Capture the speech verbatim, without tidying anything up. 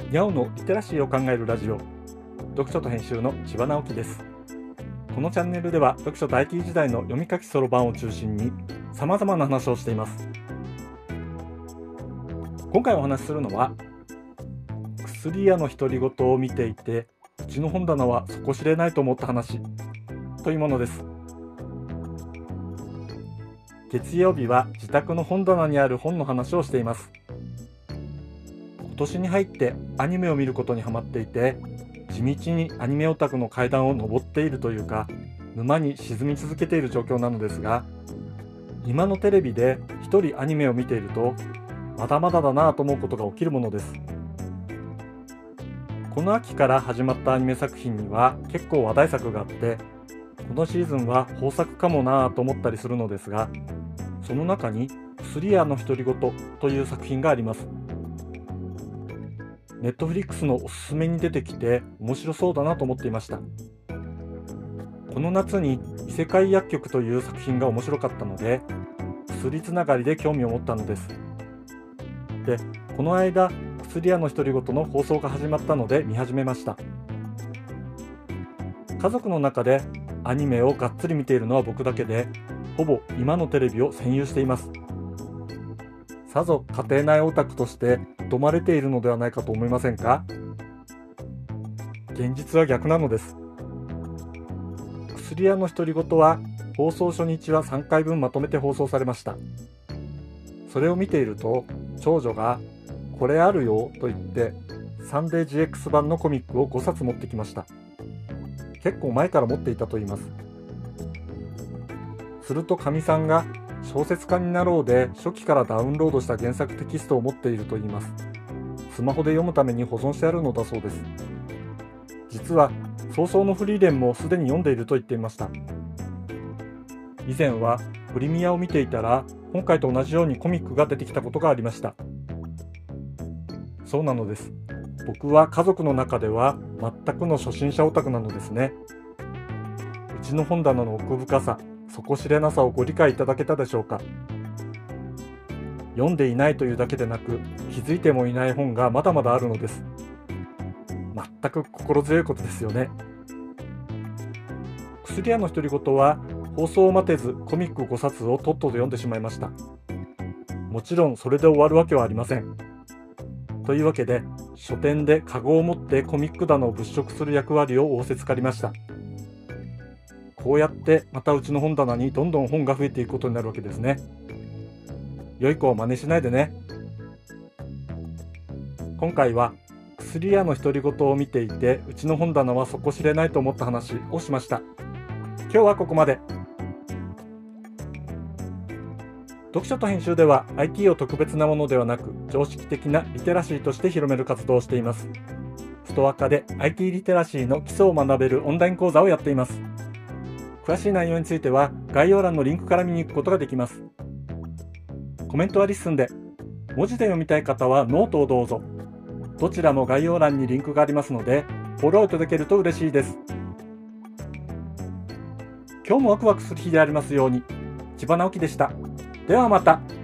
にゃおのリテラシーを考えるラジオ、読書と編集の千葉直樹です。このチャンネルでは読書と アイティー 時代の読み書きそろばんを中心に様々な話をしています。今回お話しするのは、薬屋の独り言を見ていてうちの本棚は底知れないと思った話というものです。月曜日は自宅の本棚にある本の話をしています。今年に入ってアニメを見ることにハマっていて、地道にアニメオタクの階段を上っているというか、沼に沈み続けている状況なのですが、今のテレビで一人アニメを見ていると、まだまだだなぁと思うことが起きるものです。この秋から始まったアニメ作品には結構話題作があって、このシーズンは豊作かもなぁと思ったりするのですが、その中に薬屋の独り言という作品があります。ネットフリックスのおすすめに出てきて面白そうだなと思っていました。この夏に異世界薬局という作品が面白かったので、薬つながりで興味を持ったのです。で、この間薬屋の独り言の放送が始まったので見始めました。家族の中でアニメをがっつり見ているのは僕だけで、ほぼ今のテレビを占有しています。さぞ家庭内オタクとして疎まれているのではないかと思いませんか？現実は逆なのです。薬屋の独り言は放送初日はさんかいぶんまとめて放送されました。それを見ていると長女がこれあるよと言ってサンデー ジーエックス 版のコミックをごさつ持ってきました。結構前から持っていたと言います。するとかみさんが小説家になろうで初期からダウンロードした原作テキストを持っていると言います。スマホで読むために保存してあるのだそうです。実は早々のフリーレンもすでに読んでいると言っていました。以前はプリミアを見ていたら今回と同じようにコミックが出てきたことがありました。そうなのです。僕は家族の中では全くの初心者オタクなのですね。うちの本棚の奥深さ、底知れなさをご理解いただけたでしょうか。読んでいないというだけでなく、気づいてもいない本がまだまだあるのです。全く心強いことですよね。薬屋の独り言は放送を待てずコミックごさつをとっとと読んでしまいました。もちろんそれで終わるわけはありません。というわけで、書店でカゴを持ってコミック棚を物色する役割を仰せつかりました。こうやってまたうちの本棚にどんどん本が増えていくことになるわけですね。良い子は真似しないでね。今回は薬屋の独り言を見ていてうちの本棚は底知れないと思った話をしました。今日はここまで。読書と編集では アイティー を特別なものではなく常識的なリテラシーとして広める活動をしています。ストア化で アイティー リテラシーの基礎を学べるオンライン講座をやっています。詳しい内容については概要欄のリンクから見に行くことができます。コメントはリッスンで、文字で読みたい方はノートをどうぞ。どちらも概要欄にリンクがありますのでフォローいただけると嬉しいです。今日もワクワクする日でありますように。千葉直樹でした。ではまた。